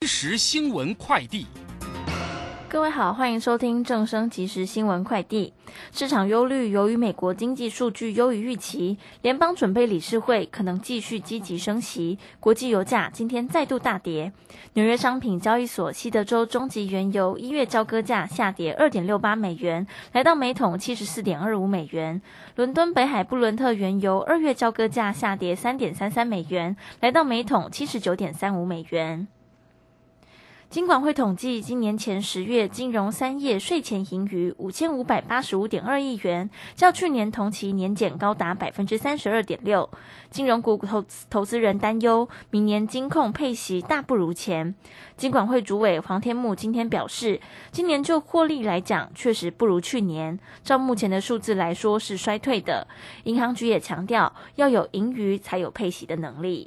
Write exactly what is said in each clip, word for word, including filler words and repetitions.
即时新闻快递， 各位好，欢迎收听正声即时新闻快递。市场忧虑，由于美国经济数据优于预期，联邦准备理事会可能继续积极升息，国际油价今天再度大跌。纽约商品交易所西德州中级原油一月交割价下跌 二点六八美元，来到每桶 七十四点二五美元。伦敦北海布伦特原油二月交割价下跌 三点三三美元，来到每桶 七十九点三五美元。金管会统计，今年前十月金融三业税前盈余五千五百八十五点二亿元，较去年同期年减高达 百分之三十二点六。金融股投投资人担忧，明年金控配息大不如前。金管会主委黄天牧今天表示，今年就获利来讲，确实不如去年，照目前的数字来说是衰退的。银行局也强调，要有盈余才有配息的能力。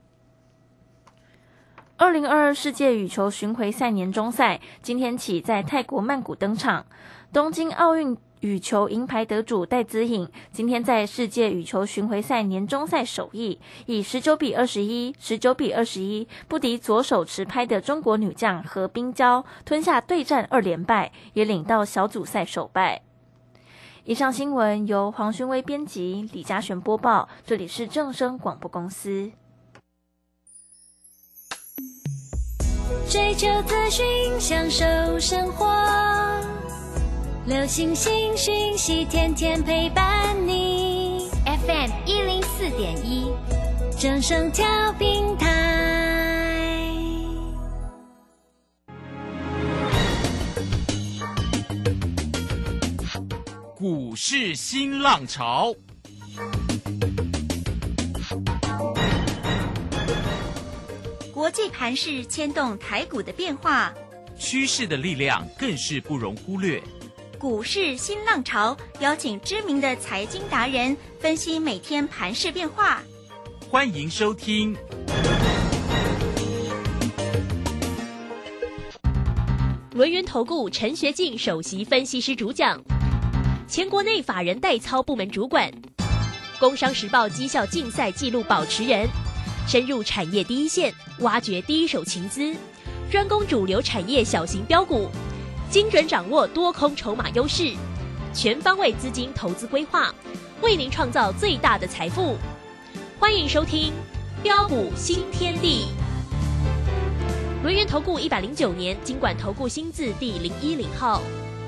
二零二二世界羽球巡回赛年终赛今天起在泰国曼谷登场。东京奥运羽球银牌得主戴资颖今天在世界羽球巡回赛年终赛首役，以十九比二十一、十九比二十一不敌左手持拍的中国女将何冰娇，吞下对战二连败，也领到小组赛首败。以上新闻由黄勋威编辑，李嘉璇播报，这里是正声广播公司。 追求资讯，享受生活，流行新讯息，天天陪伴你。F M 一零四点一，正声调频台。 股市新浪潮。 国际盘势牵动台股的变化， 趋势的力量更是不容忽略。 股市新浪潮邀请知名的财经达人分析每天盘势变化。 欢迎收听轮源投顾陈学进首席分析师主讲，前国内法人代操部门主管，工商时报绩效竞赛纪录保持人，深入产业第一线，挖掘第一手情资，专攻主流产业小型标股，精准掌握多空筹码优势，全方位资金投资规划，为您创造最大的财富。欢迎收听标股新天地。轮源投顾一百零九年金管投顾新字第零一零号。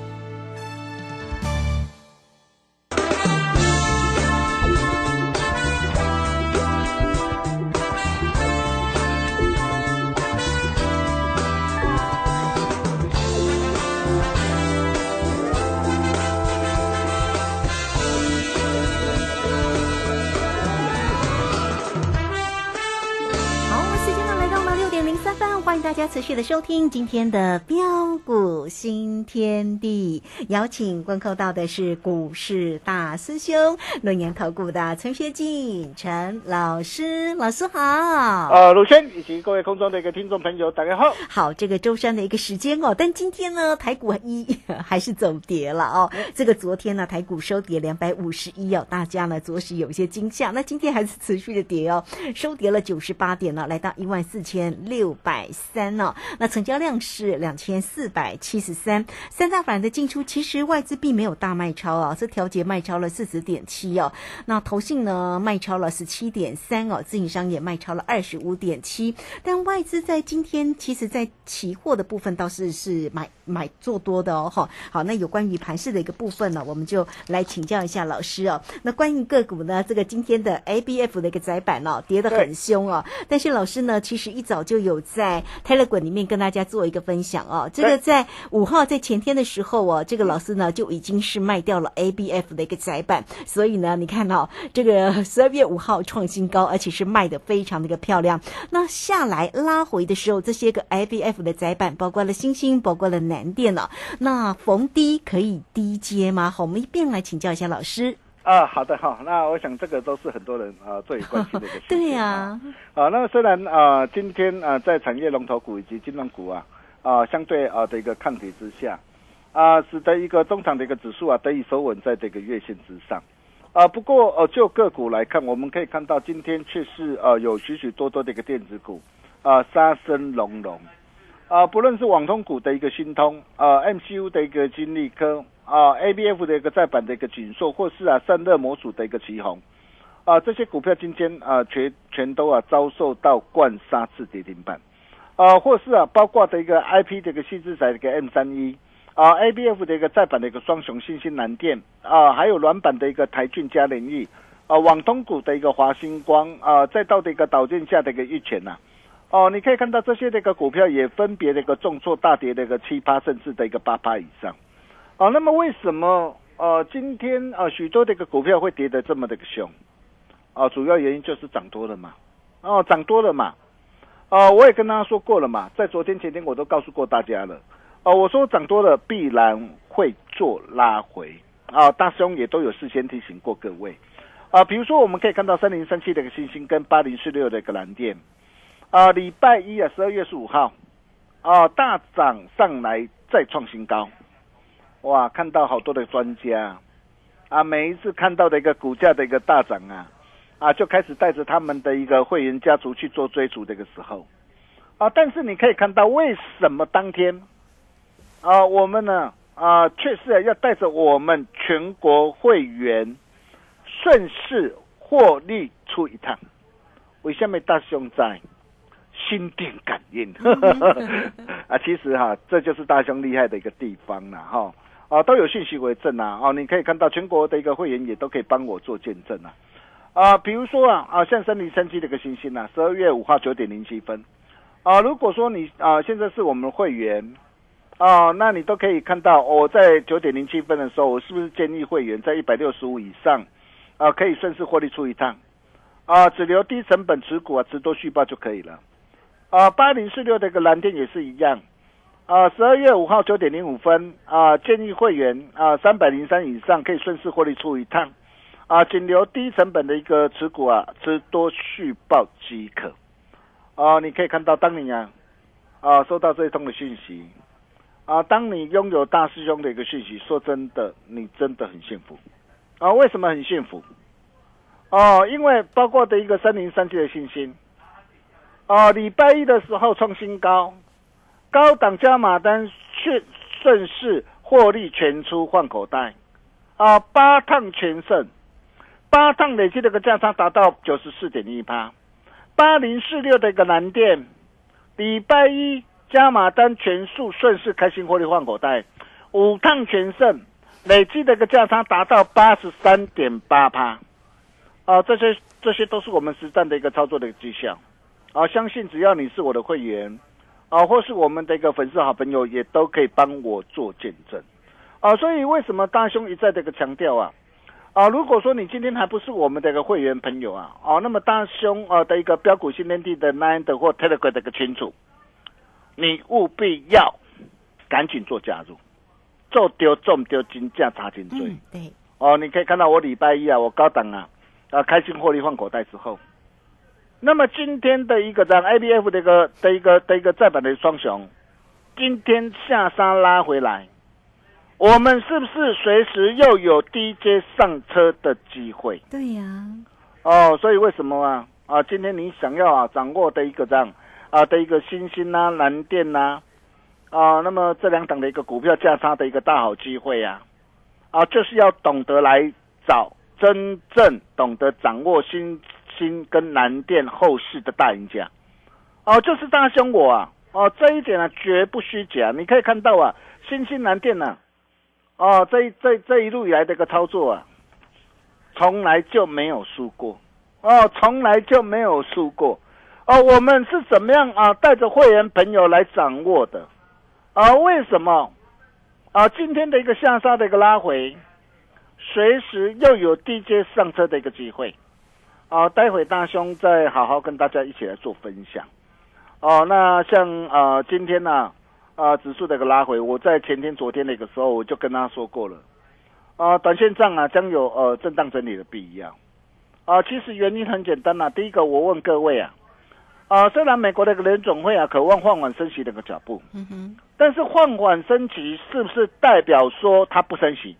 欢迎大家持续的收听今天的标股新天地，邀请观看到的是股市大师兄轮源投顾的陈学进陈老师，老师好。 呃，鲁轩以及各位空中的一个听众朋友，大家好。 好，这个周三的一个时间哦，但今天呢，台股一还是走跌了哦。这个昨天呢，台股收跌两百五十一哦，大家呢着实有一些惊吓。那今天还是持续的跌哦，收跌了九十八点呢，来到一万四千六百三哦。那成交量是两千四百七十三，三大法人的进出，其实外资并没有大卖超啊，是调节卖超了四十点七哦。那投信呢卖超了十七点三哦，自营商也卖超了二十五点七。但外资在今天，其实在期货的部分倒是是买买做多的哦。哈，好，那有关于盘势的一个部分呢，我们就来请教一下老师哦。那关于个股呢，这个今天的 A B F 的一个载板哦，跌得很凶哦。但是老师呢，其实一早就有在 Telegram 里面跟大家做一个分享哦。这个在五号在前天的时候哦，这个老师呢就已经是卖掉了 A B F 的一个载板，所以呢，你看哦，这个十二月五号创新高，而且是卖得非常的一个漂亮。那下来拉回的时候，这些个 A B F 的载板，包括了星星，包括了南电哦，那逢低可以低接吗？好，我们一边来请教一下老师。 啊，好的哈，那我想这个都是很多人啊最关心的一个事情。 对呀、啊， 啊，那虽然啊今天啊在产业龙头股以及金融股啊啊相对啊的一个抗体之下，啊使得一个中场的一个指数啊得以守稳在这个月线之上。啊，不过呃就个股来看，我们可以看到今天却是呃有许许多多的一个电子股啊杀声隆隆。 啊，不论是网通股的一个新通，呃 M C U 的一个金利科，啊 A B F 的一个再版的一个锦硕，或是啊散热模组的一个奇鋐，啊这些股票今天啊全全都啊遭受到灌杀次跌停板，啊或是啊包括的一个 I P 的一个细制材的一个 M 三一，啊 A B F 的一个再版的一个双雄新兴南电，啊还有软板的一个台骏加联益，啊网通股的一个华星光，啊再到的一个导电下的一个玉泉呐。哦，你可以看到这些的一个股票也分别的一个重挫大跌的一个七趴，甚至的一个八趴以上。哦，那么为什么呃今天呃许多的一个股票会跌得这么的一个凶？哦，主要原因就是涨多了嘛。哦，涨多了嘛。哦，我也跟大家说过了嘛，在昨天前天我都告诉过大家了。哦，我说涨多了必然会做拉回。啊，大兄也都有事先提醒过各位。啊，比如说我们可以看到三零三七的一个星星跟八零四六的一个蓝电。啊，礼拜一啊，十二月十五号，啊，大涨上来再创新高，哇，看到好多的专家，啊，每一次看到的一个股价的一个大涨啊，啊，就开始带着他们的一个会员家族去做追逐的一个时候，啊，但是你可以看到为什么当天，啊，我们呢，啊，确实要带着我们全国会员顺势获利出一趟，为什么大兄在？心电感应，啊，其实哈，这就是大兄厉害的一个地方啦，哈，啊，都有讯息为证啊，哦，你可以看到全国的一个会员也都可以帮我做见证啊，啊，比如说啊，啊，像三零三七的一个星星啊，十二月五号九点零七分，啊，如果说你啊现在是我们会员，啊，那你都可以看到我、哦、在九点零七分的时候，我是不是建议会员在一百六十五以上，啊，可以顺势获利出一趟，啊，只留低成本持股啊，持多续报就可以了。啊，八零四六的一个蓝电也是一样，啊，十二月五号九点零五分，啊，建议会员啊三百零三以上可以顺势获利出一趟，啊，仅留低成本的一个持股啊，持多续报即可。啊，你可以看到，当你啊啊收到这一通的讯息，啊，当你拥有大师兄的一个讯息，说真的，你真的很幸福。啊，为什么很幸福？哦、啊，因为包括的一个三零三七的信心。哦，礼拜一的时候创新高，高档加码单顺顺势获利全出换口袋，啊，八趟全胜，八趟累计的一个价差达到九十四点一趴，八零四六的一个蓝电，礼拜一加码单全数顺势开心获利换口袋，五趟全胜，累计的一个价差达到八十三点八趴，啊，这些这些都是我们实战的一个操作的绩效。啊，相信只要你是我的会员，啊，或是我们的一个粉丝好朋友，也都可以帮我做见证，啊，所以为什么大兄一再的一个强调啊，啊，如果说你今天还不是我们的一个会员朋友啊，啊，那么大兄啊的一个标股新天地的 Line 的或 Telegram 的一个群组，你务必要赶紧做加入，做丢中丢金价差金追， 嗯，对， 哦，你可以看到我礼拜一啊，我高档啊，啊，开心获利换口袋之后。那么今天的一个这样 A B F 的一个的一个的一个再版的双雄，今天下杀拉回来，我们是不是随时又有低阶上车的机会？ 对呀、 啊。哦，所以为什么啊？啊，今天你想要啊掌握的一个这样啊的一个新兴啊、蓝电呐，啊，那么这两档的一个股票价差的一个大好机会啊，啊，就是要懂得来找真正懂得掌握新。新跟南电后市的大赢家，哦，就是大兄我啊，哦，这一点呢、啊、绝不虚假。你可以看到啊，新兴南电呢、啊，哦，这这这一路以来的一个操作啊，从来就没有输过，哦，从来就没有输过，哦，我们是怎么样啊，带着会员朋友来掌握的，啊，为什么？啊，今天的一个下杀的一个拉回，随时又有低阶上车的一个机会。啊，待会大兄再好好跟大家一起来做分享。哦，那像呃今天呢、啊，啊指数的一个拉回，我在前天、昨天的一个时候我就跟大家说过了。啊，短线上啊将有呃震荡整理的必要。啊，其实原因很简单啊，第一个我问各位啊，啊虽然美国的一个联总会啊渴望放缓升息的一个脚步，嗯哼，但是放缓升息是不是代表说它不升息？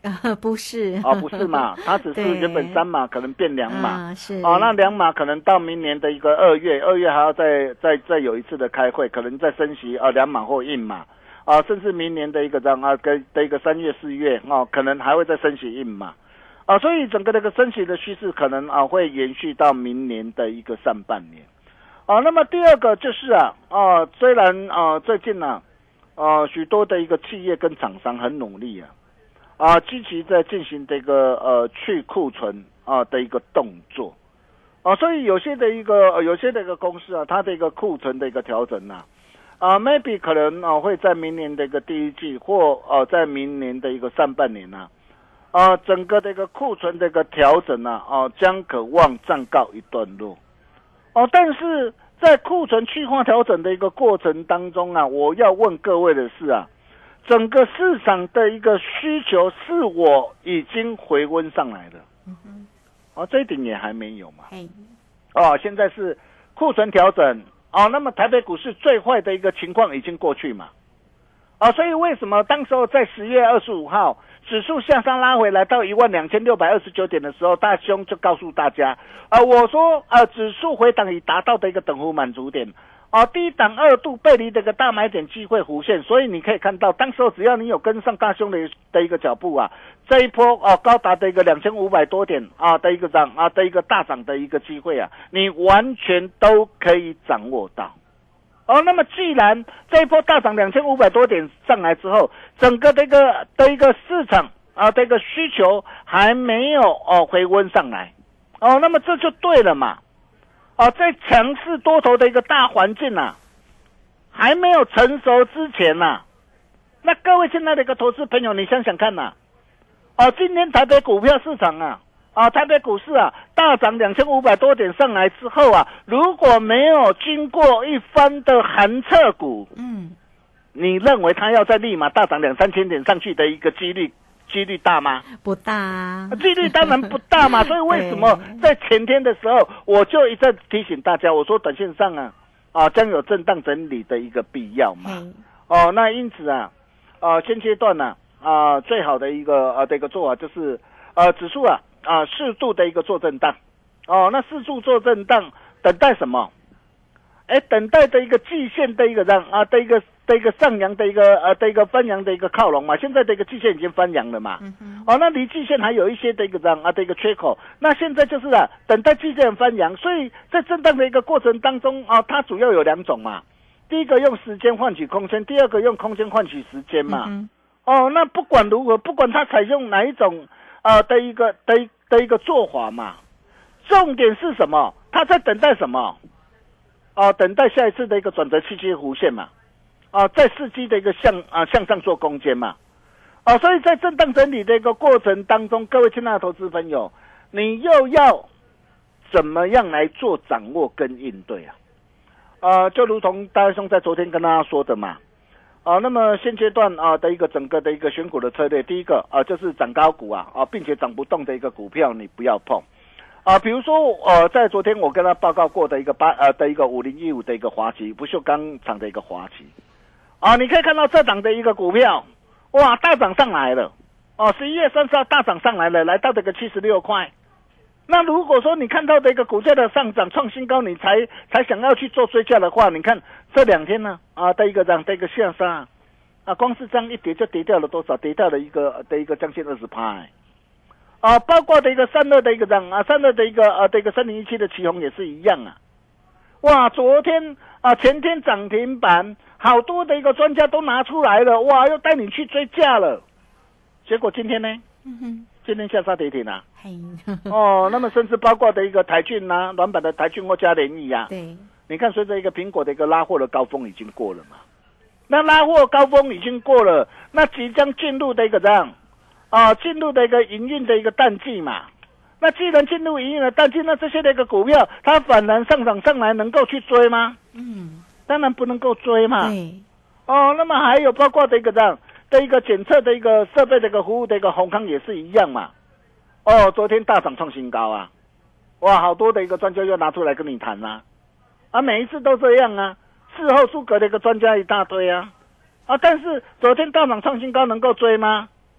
呃，不是哦，不是嘛？它只是原本三码可能变两码， 啊、是哦，那两码可能到明年的一个二月，二月还要再再再有一次的开会，可能再升息啊两码或一码啊，甚至明年的一个这样啊跟的一个三月四月哦，可能还会再升息一码啊，所以整个这个升息的趋势可能啊会延续到明年的一个上半年啊。那么第二个就是啊啊，虽然啊最近呢啊，啊许多的一个企业跟厂商很努力啊。啊，积极在进行这个呃去库存啊的一个动作，啊，所以有些的一个、呃、有些的一个公司啊，它的一个库存的一个调整呐、啊，啊 ，maybe 可能啊会在明年的一个第一季或呃在明年的一个上半年呐、啊，啊，整个的一个库存的一个调整呐、啊，啊，将可望暂告一段落，哦、啊，但是在库存去化调整的一个过程当中啊，我要问各位的是啊。整个市场的一个需求是我已经回温上来了，嗯哼，哦，这一点也还没有嘛，哦，现在是库存调整，哦，那么台北股市最坏的一个情况已经过去嘛，啊、哦，所以为什么当时候在十月二十五号指数向上拉回来到一万两千六百二十九点的时候，大兄就告诉大家，啊、呃，我说啊、呃，指数回档已达到的一个等幅满足点。啊，低档二度背离这个大买点机会弧线，所以你可以看到，当时候只要你有跟上大兄的的一个脚步啊，这一波啊高达的一个两千五百多点啊的一个涨啊的一个大涨的一个机会啊，你完全都可以掌握到。哦，那么既然这一波大涨两千五百多点上来之后，整个这个的一个市场啊这个需求还没有哦回温上来，哦，那么这就对了嘛。哦，在强势多头的一个大环境啊，还没有成熟之前呐、啊，那各位亲爱的一个投资朋友，你想想看呐、啊，哦，今天台北股票市场啊，啊，台北股市啊大涨两千五百多点上来之后啊，如果没有经过一番的寒彻骨，嗯，你认为它要再立马大涨两三千点上去的一个几率？几率大吗？ 不大啊， 几率当然不大嘛。所以为什么在前天的时候，我就一再提醒大家，我说短线上啊，啊将有震荡整理的一个必要嘛。哦，那因此啊，啊现阶段呢、啊，啊最好的一个啊的一个做法就是，呃、啊、指数啊啊适度的一个做震荡。哦，那适度做震荡，等待什么？哎，等待的一个季线的一个让啊的一个。的一个上扬的一个呃的一个翻扬的一个靠拢嘛，现在的一个季线已经翻扬了嘛，嗯、哦，那离季线还有一些的一个这样啊的一个缺口，那现在就是啊等待季线翻扬，所以在震荡的一个过程当中啊，它主要有两种嘛，第一个用时间换取空间，第二个用空间换取时间嘛，嗯、哦，那不管如何，不管它采用哪一种啊、呃、的一个的一的一个做法嘛，重点是什么？它在等待什么？啊，等待下一次的一个转折期间弧线嘛。啊，在伺机的一个向啊向上做攻坚嘛，啊，所以在震荡整理的一个过程当中，各位亲爱的投资朋友，你又要怎么样来做掌握跟应对啊？啊，就如同大兄在昨天跟大家说的嘛，啊，那么现阶段啊的一个整个的一个选股的策略，第一个啊就是涨高股啊啊，并且涨不动的一个股票你不要碰。啊，比如说，呃，在昨天我跟他报告过的一个八呃的一个五零一五的一个华旗，不锈钢厂的一个华旗。啊，你可以看到这档的一个股票，哇，大涨上来了，哦，十一月三十号大涨上来了，来到这个七十六块。那如果说你看到的一个股价的上涨创新高，你才才想要去做追加的话，你看这两天呢，啊的一个这样的一个下杀，啊，光是这样一跌就跌掉了多少？跌掉了一个的一个将近二十趴，啊，包括的一个散热的一个这样啊，散热的一个呃的一个三零一七的奇鋐也是一样啊，哇，昨天啊前天涨停板。好多的一个专家都拿出来了，哇，又带你去追价了，结果今天呢？嗯哼，今天下杀跌停啊。哦，那么甚至包括的一个台骏啊，软板的台骏或嘉联益啊，对，你看随着一个苹果的一个拉货的高峰已经过了嘛，那拉货高峰已经过了，那即将进入的一个这样啊，进入的一个营运的一个淡季嘛。那既然进入营运的淡季，那这些的一个股票它反然上涨上来，能够去追吗？嗯。当然不能够追嘛，哦，那么还有包括的一个这样的一个检测的一个设备的一个服务的一个宏康也是一样嘛，哦，昨天大涨创新高啊，哇，好多的一个专家又拿出来跟你谈啦、啊，啊，每一次都这样啊，事后诸葛的一个专家一大堆啊，啊，但是昨天大涨创新高能够追吗？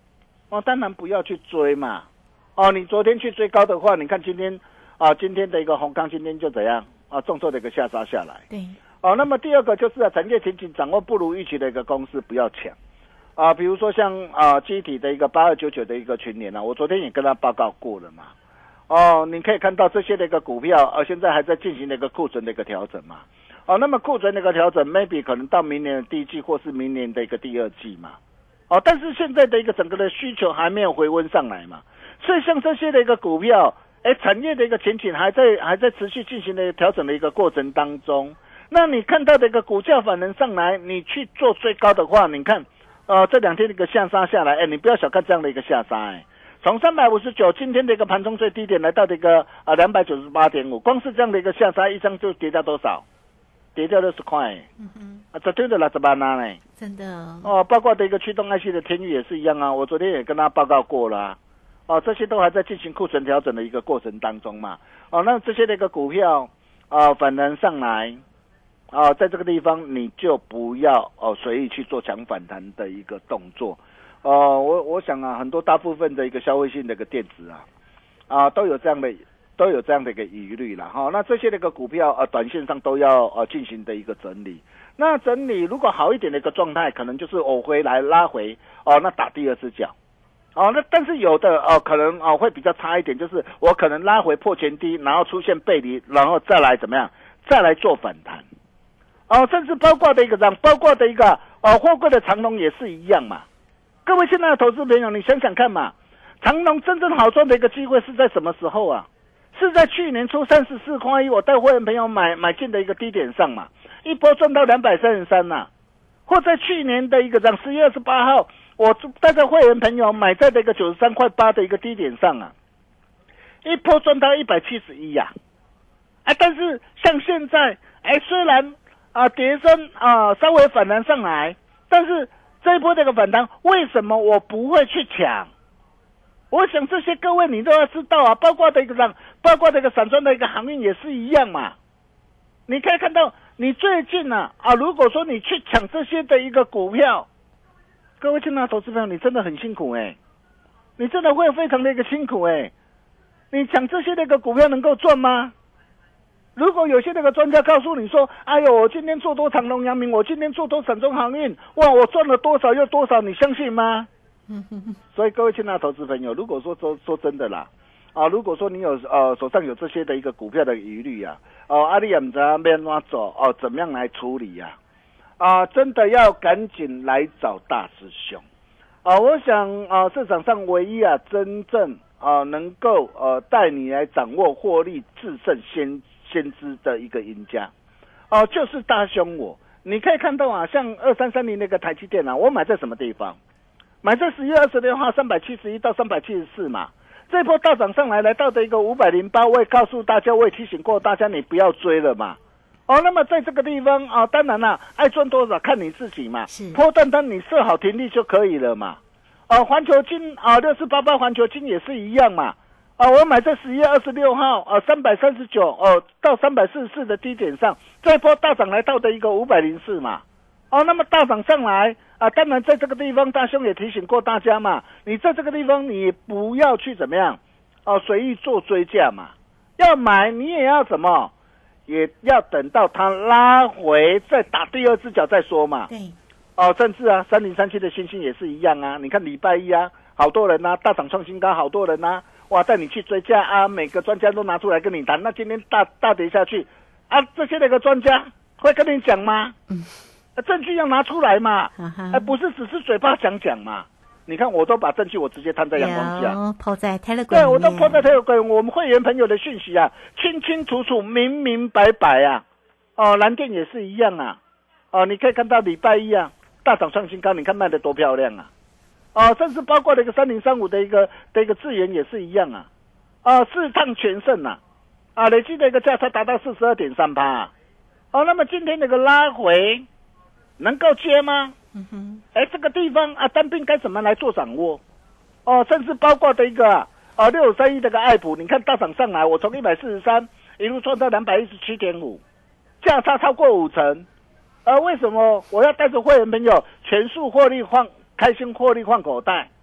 哦，当然不要去追嘛。哦，你昨天去追高的话，你看今天啊，今天的一个宏康今天就怎样啊，重挫的一个下杀下来。 对。 哦，那么第二个就是啊，产业前景掌握不如预期的一个公司不要抢。啊，比如说像啊，基体的一个八二九九的一个群联啊，我昨天也跟他报告过了嘛。哦，你可以看到这些的一个股票，呃，现在还在进行的一个库存的一个调整嘛。哦，那么库存的一个调整 ，maybe 可能到明年的第一季或是明年的一个第二季嘛。哦，但是现在的一个整个的需求还没有回温上来嘛，所以像这些的一个股票，哎，产业的一个前景还在还在持续进行的调整的一个过程当中。那你看到的一个股价反弹上来，你去做最高的话，你看。呃，这两天的一个下杀下来，哎，你不要小看这样的一个下杀，哎，从三百五十九今天的一个盘中最低点来到的一个啊两百九十八点五，光是这样的一个下杀，一张就跌掉多少？跌掉六十块，嗯哼，啊，这对的了，怎么拿呢？ 真的哦，包括的一个驱动 I C 的天钰也是一样啊，我昨天也跟他报告过了、啊，哦，这些都还在进行库存调整的一个过程当中嘛，哦，那这些的一个股票啊、呃、反弹上来。啊、呃，在这个地方你就不要哦随意去做强反弹的一个动作，哦、呃，我我想啊，很多大部分的一个消费性的一个电子啊，啊、呃、都有这样的都有这样的一个疑虑了哈、哦。那这些的一个股票呃，短线上都要呃进行的一个整理。那整理如果好一点的一个状态，可能就是我回来拉回哦，那打第二只脚。哦，那但是有的哦，可能哦会比较差一点，就是我可能拉回破前低，然后出现背离，然后再来怎么样，再来做反弹。哦，甚至包括的一个这样，包括的一个哦，货柜的长荣也是一样嘛。各位现在的投资朋友，你想想看嘛，长荣真正好赚的一个机会是在什么时候啊？是在去年初三十四块一，我带会员朋友买买进的一个低点上嘛，一波赚到两百三十三呐。或在去年的一个这样十月二十八号，我带着会员朋友买在的一个九十三块八的一个低点上啊，一波赚到一百七十一呀。啊，但是像现在，哎，虽然啊，跌升啊，稍微反弹上来，但是这一波这个反弹，为什么我不会去抢？我想这些各位你都要知道啊，包括的一个上，包括这个散装的一个航运也是一样嘛。你可以看到，你最近啊啊，如果说你去抢这些的一个股票，各位亲爱的投资朋友，你真的很辛苦哎、欸，你真的会非常的一个辛苦哎、欸。你抢这些的一个股票能够赚吗？如果有些那个专家告诉你说，哎呦，我今天做多长荣阳明，我今天做多散装航运，哇，我赚了多少又多少，你相信吗？所以各位亲爱的投资朋友，如果说说说真的啦，啊，如果说你有呃手上有这些的一个股票的疑虑啊，哦、啊，阿里也不知道要怎么走哦，怎么样来处理呀、啊？啊，真的要赶紧来找大师兄啊！我想啊，市场上唯一啊真正啊能够呃带你来掌握获利制胜先。先知的一个赢家，哦，就是大兄我。你可以看到啊，像二三三零那个台积电啊，我买在什么地方？买在十月二十六号三百七十一到三百七十四嘛。这一波大涨上来，来到的一个五百零八，我也告诉大家，我也提醒过大家，你不要追了嘛。哦，那么在这个地方啊，当然啦、啊，爱赚多少看你自己嘛。是。波段单你设好停利就可以了嘛。哦、啊，环球金啊，六四八八环球金也是一样嘛。啊，我买在十月二十六号啊，三百三十九哦到三百四十四的低点上，这一波大涨来到的一个五百零四嘛，哦，那么大涨上来啊，当然在这个地方，大兄也提醒过大家嘛，你在这个地方你不要去怎么样，哦，随意做追价嘛，要买你也要怎么，也要等到它拉回再打第二只脚再说嘛，对，哦，甚至啊，三零三七的星星也是一样啊，你看礼拜一啊，好多人啊，大涨创新高，好多人啊。哇，带你去追价啊！每个专家都拿出来跟你谈。那今天大大跌下去啊，这些那个专家会跟你讲吗？嗯，证据要拿出来嘛，哎，不是只是嘴巴讲讲嘛。你看，我都把证据我直接摊在阳光下， 抛在 Telegram， 对，我都抛在 Telegram。我们会员朋友的讯息啊，清清楚楚、明明白白啊。哦，蓝电也是一样啊。哦，你可以看到礼拜一啊，大涨创新高，你看卖得多漂亮啊。哦，甚至包括了一个三零三五的一个的一个智研也是一样啊，啊，四趟全胜啊，啊，累计的一个价差达到四十二点三趴，哦，那么今天这个拉回能够接吗？嗯哼，哎，这个地方啊，单兵该怎么来做掌握？哦，甚至包括的一个啊六三一这个爱普，你看大涨上来，我从一百四十三一路创到两百一十七点五，价差超过五成，呃，为什么我要带着会员朋友全数获利换？开心获利换口袋，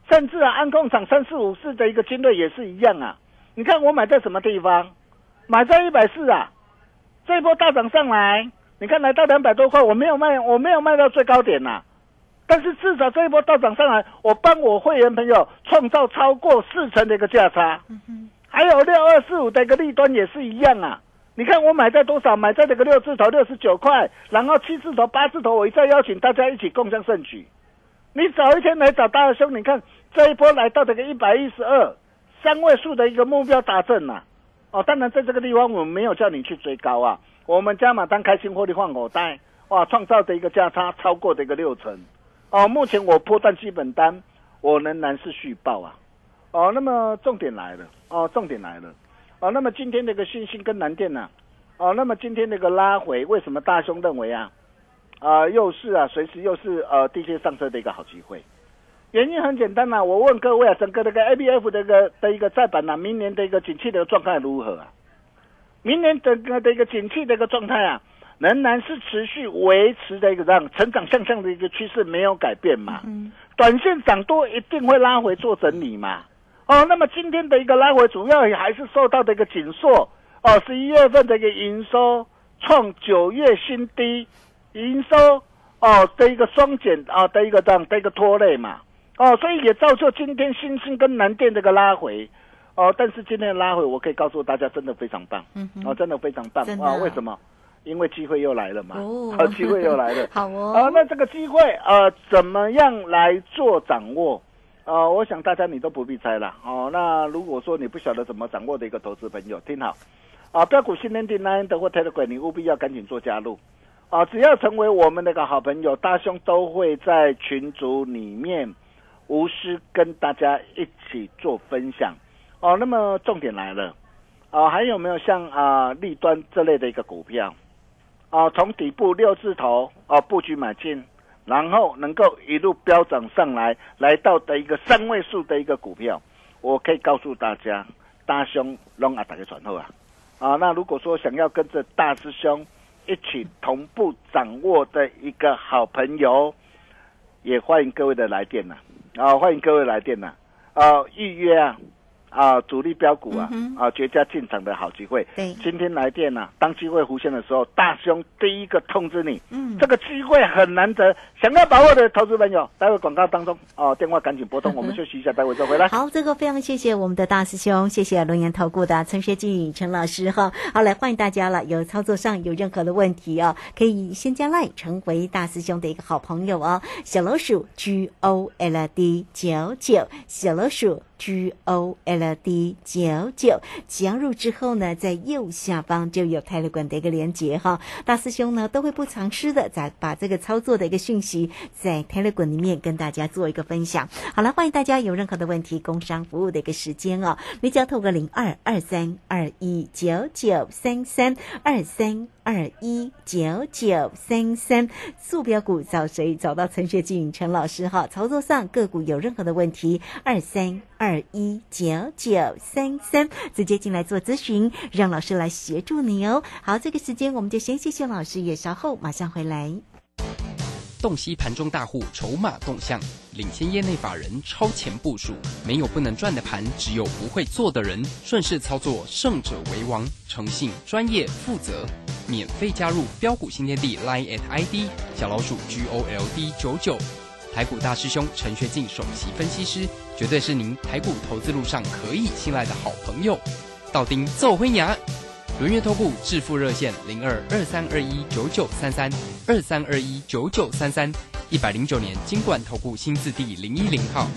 甚至啊，安控厂三四五四的一个精锐也是一样啊。你看我买在什么地方？买在一百四啊，这一波大涨上来，你看来到两百多块，我没有卖，我没有卖到最高点呐、啊。但是至少这一波大涨上来，我帮我会员朋友创造超过四成的一个价差。嗯、还有六二四五的一个利端也是一样啊。你看我买在多少？买在这个六字头六十九块，然后七字头八字头，我一再邀请大家一起共襄盛举。你早一天来找大兄，你看这一波来到这个一百一十二，三位数的一个目标达阵啊。哦，当然在这个地方我们没有叫你去追高啊，我们加码单开心获利换口袋，哇，创造的一个价差超过的一个六成。哦，目前我波段基本单，我仍然是续报啊。哦，那么重点来了，哦，重点来了，哦，那么今天这个信兴跟南电呢、啊，哦，那么今天这个拉回，为什么大兄认为啊，啊、呃，又是啊，随时又是呃低阶上车的一个好机会？原因很简单啊，我问各位啊，整个这个 A B F 的一个的一个再版啊，明年的一个景气的状态如何啊？明年整个的一个景气的一个状态啊，仍然是持续维持的一个这样成长向上的一个趋势没有改变嘛。嗯，短线涨多一定会拉回做整理嘛。哦，那么今天的一个拉回主要还是受到的一个紧缩哦，十一月份的一个营收创九月新低，营收哦的一个双减啊的一个这样的一个拖累嘛。哦，所以也造就今天新兴跟南电这个拉回。哦，但是今天的拉回，我可以告诉大家，真的非常棒。嗯，哦，真的非常棒啊！为什么？因为机会又来了嘛。哦，好，机会又来了。 好哦。 啊，那这个机会呃，怎么样来做掌握？呃，我想大家你都不必猜了。哦，那如果说你不晓得怎么掌握的一个投资朋友，听好。啊，标股新天地 Nine 的或 Telegram， 你务必要赶紧做加入。啊，只要成为我们那个好朋友，大兄都会在群组里面无私跟大家一起做分享。哦，那么重点来了，啊，还有没有像啊立端这类的一个股票，啊，从底部六字头啊布局买进，然后能够一路飙涨上来，来到的一个三位数的一个股票，我可以告诉大家，大兄拢啊大家传后啊，啊，那如果说想要跟着大师兄一起同步掌握的一个好朋友，也欢迎各位的来电呐，啊，欢迎各位来电呐，啊，预约啊。啊，主力标股啊，嗯、啊，绝佳进场的好机会。对，今天来电啊，当机会浮现的时候，大兄第一个通知你。嗯，这个机会很难得，想要把握的投资朋友，待会广告当中哦，电话赶紧拨通，我们休息一下，待会再回来。 好，这个非常谢谢我们的大师兄，谢谢轮研投顾的陈学进陈老师哈。好，来欢迎大家了，有操作上有任何的问题哦，可以先加 LINE 成为大师兄的一个好朋友哦，小老鼠 G O L D 九九，小老鼠。G O L D 九九加入之后呢，在右下方就有泰勒管的一个连结哈，大师兄呢都会不藏私的，再把这个操作的一个讯息在泰勒管里面跟大家做一个分享。好了，欢迎大家有任何的问题，工商服务的一个时间哦，你只要透过零二二三二一九九三三二三二一九九三三，速标股找谁？找到陈学进陈老师哈。操作上个股有任何的问题，二三二一九九三三，直接进来做咨询，让老师来协助你哦。好，这个时间我们就先谢谢老师，也稍后马上回来。 洞悉盘中大户筹码动向，领先业内法人超前部署，没有不能赚的盘，只有不会做的人。顺势操作，胜者为王。诚信、专业、负责，免费加入标股新天地 Line at I D 小老鼠 G O L D 九九。台股大师兄陈学进首席分析师，绝对是您台股投资路上可以信赖的好朋友。道丁奏灰牙，轮月投顾致富热线零二二三二一九九三三二三二一九九三三，一百零九年金管投顾新字第零一零号。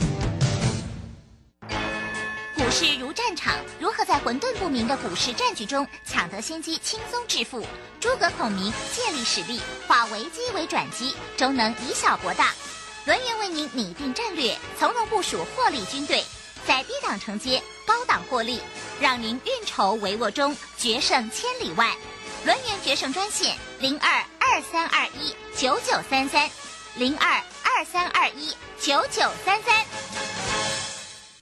股市如战场，如何在混沌不明的股市战局中抢得先机，轻松致富？诸葛孔明借力使力，化危机为转机，终能以小博大。轮源为您拟定战略，从容部署获利军队，在低档承接，高档获利，让您运筹帷幄中决胜千里外。轮源决胜专线零二二三二一九九三三零二二三二一九九三三。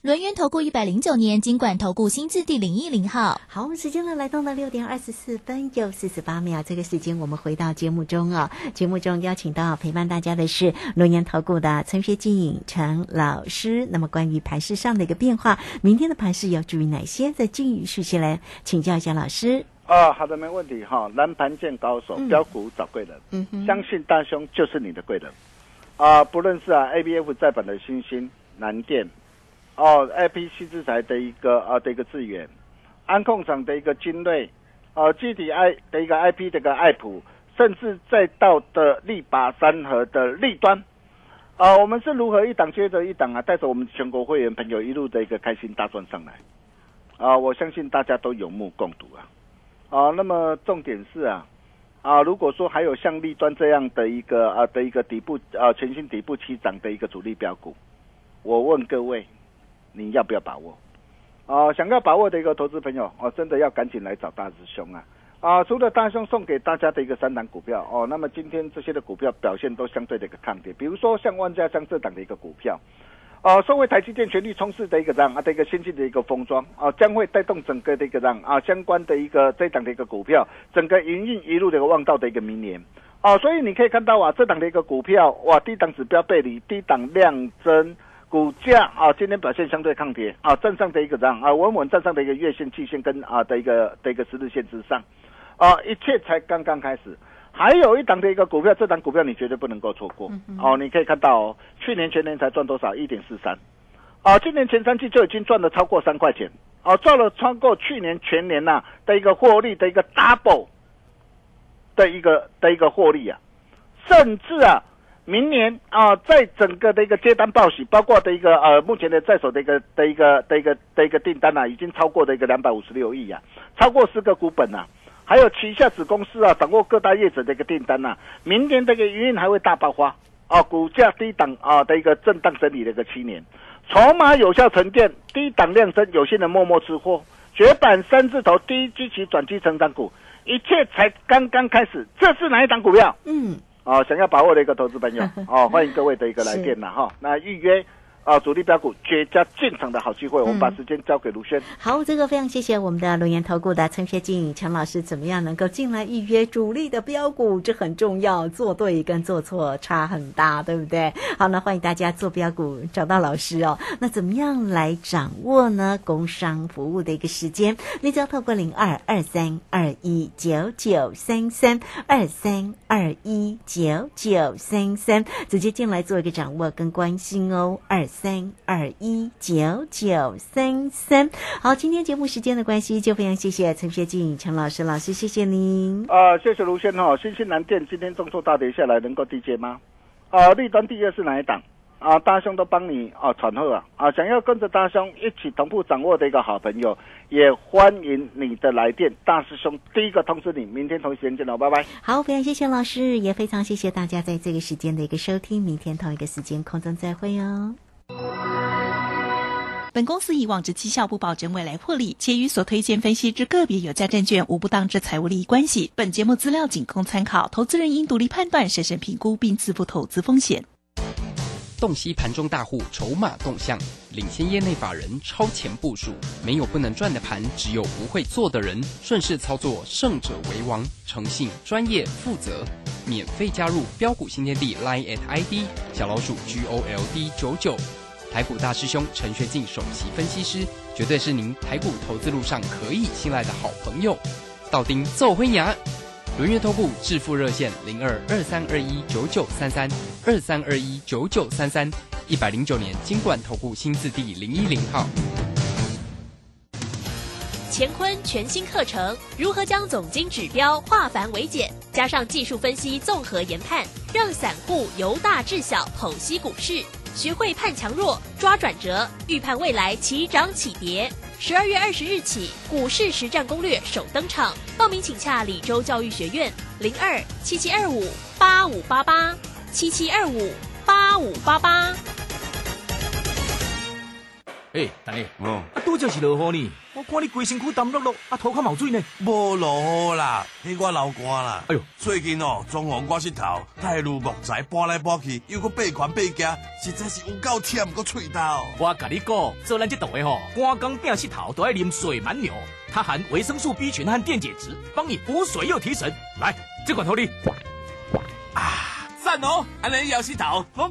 轮源投顾一百零九年金管投顾新字第零一零号。 好，我们时间呢来到了六点二十四分又四十八秒，这个时间我们回到节目中哦。节目中邀请到陪伴大家的是轮源投顾的陈学进陈老师。那么关于盘势上的一个变化，明天的盘势要注意哪些？在金鱼续期来请教一下老师。 啊、哦，好的，没问题哈。蓝盘见高手，标股找贵人， 嗯哼， 相信大兄就是你的贵人。啊、呃，不论是啊 A B F 再版的新兴、南电，哦 A P C 制裁的一个啊的一个智源，安控厂的一个精锐，呃具体 I 的一个 I P 的一个爱普，甚至再到的力拔山河的立端。啊、呃，我们是如何一档接着一档啊，带着我们全国会员朋友一路的一个开心大赚上来。啊、呃，我相信大家都有目共睹啊。啊，那么重点是啊，啊，如果说还有像立端这样的一个啊的一个底部啊全新底部起涨的一个主力标股，我问各位，你要不要把握？啊，想要把握的一个投资朋友，哦、啊，真的要赶紧来找大师兄啊！啊，除了大兄送给大家的一个三档股票哦，那么今天这些的股票表现都相对的一个抗跌，比如说像万家香这档的一个股票。哦，作为台积电全力冲刺的一个让啊的一个先进的一个封装啊，将会带动整个的一个让啊相关的一个这档的一个股票，整个营运一路的一个旺到的一个明年啊，所以你可以看到啊，这档的一个股票哇，低档指标背离，低档量增，股价啊今天表现相对抗跌啊，站上的一个让啊稳稳站上的一个月线、季线跟啊的一个的一个十日线之上啊，一切才刚刚开始。还有一档的一个股票，这档股票你绝对不能够错过、嗯、哦！你可以看到哦，去年全年才赚多少？ 一点四三， 啊，今年前三季就已经赚了超过三块钱，哦，赚了超过去年全年呐、啊、的一个获利的一个 double 的一个的一个获利啊，甚至啊，明年啊，在整个的一个接单报喜，包括的一个呃目前的在手的一个的一个的一个的一个订单啊，已经超过的一个两百五十六亿啊，超过十个股本啊。还有旗下子公司啊，掌握各大业者的一个订单啊，明年这个营运还会大爆发啊，股价低档啊的一个震荡整理的一个七年，筹码有效沉淀，低档量增，有些人默默吃货，绝版三字头低基期转机成长股，一切才刚刚开始。这是哪一档股票？嗯，哦，想要把握的一个投资朋友哦，欢迎各位的一个来电啦哈，那预约。啊，主力标股绝佳进场的好机会，我们把时间交给卢轩、嗯。 好，这个非常谢谢我们的轮源投顾的陈学进陈老师，怎么样能够进来预约主力的标股？这很重要，做对跟做错差很大，对不对？好，那欢迎大家做标股找到老师哦。那怎么样来掌握呢？工商服务的一个时间，你只要透过零二二三二一九九三三二三二一九九三三直接进来做一个掌握跟关心哦。二三二一九九三三，好，今天节目时间的关系，就非常谢谢陈学进陈老师，老师谢谢您。 啊、呃，谢谢卢先哈、哦，新兴南电今天重挫大跌下来，能够低接吗？啊、呃，立端第二是哪一档？啊、呃，大兄都帮你啊传贺啊啊！想要跟着大兄一起同步掌握的一个好朋友，也欢迎你的来电，大师兄第一个通知你，明天同一时间见喽，拜拜。 好，非常谢谢老师，也非常谢谢大家在这个时间的一个收听，明天同一个时间空中再会哦。 本公司以往之绩效不保证未来获利，且与所推荐分析之个别有价证券无不当之财务利益关系。本节目资料仅供参考，投资人应独立判断、审慎评估并自负投资风险。 洞悉盘中大户筹码动向，领先业内法人超前部署，没有不能赚的盘，只有不会做的人。顺势操作，胜者为王。诚信、专业、负责，免费加入标股新天地 Line at I D 小老鼠 G O L D 九九。台股大师兄陈学进首席分析师，绝对是您台股投资路上可以信赖的好朋友。道丁奏辉牙，轮源投顾致富热线零二二三二一九九三三二三二一九九三三，一百零九年金管投顾新字第零一零号。 乾坤全新课程，如何将总经指标化繁为简，加上技术分析综合研判，让散户由大至小剖析股市。学会判强弱、抓转折，预判未来起涨起跌。十二月二十日起，股市实战攻略首登场，报名请洽李州教育学院零二七七二五八五八八七七二五八五八八。 哎，大爷， 哦， 啊，拄则是落雨呢，我看你规身躯澹漉漉，啊，涂骹冒水呢。 无落雨啦，迄我流汗啦。 哎呦， 最近哦，装潢我膝头，太如木材搬来搬去，又搁爬悬爬夹，实在是有够忝，搁喙头。 我甲你讲，做咱这档的吼，赶工拼膝头都要啉水蛮牛，它含维生素 B 群和电解质，帮你补水又提神。来，这罐头你。 啊，赞哦！安尼摇膝头，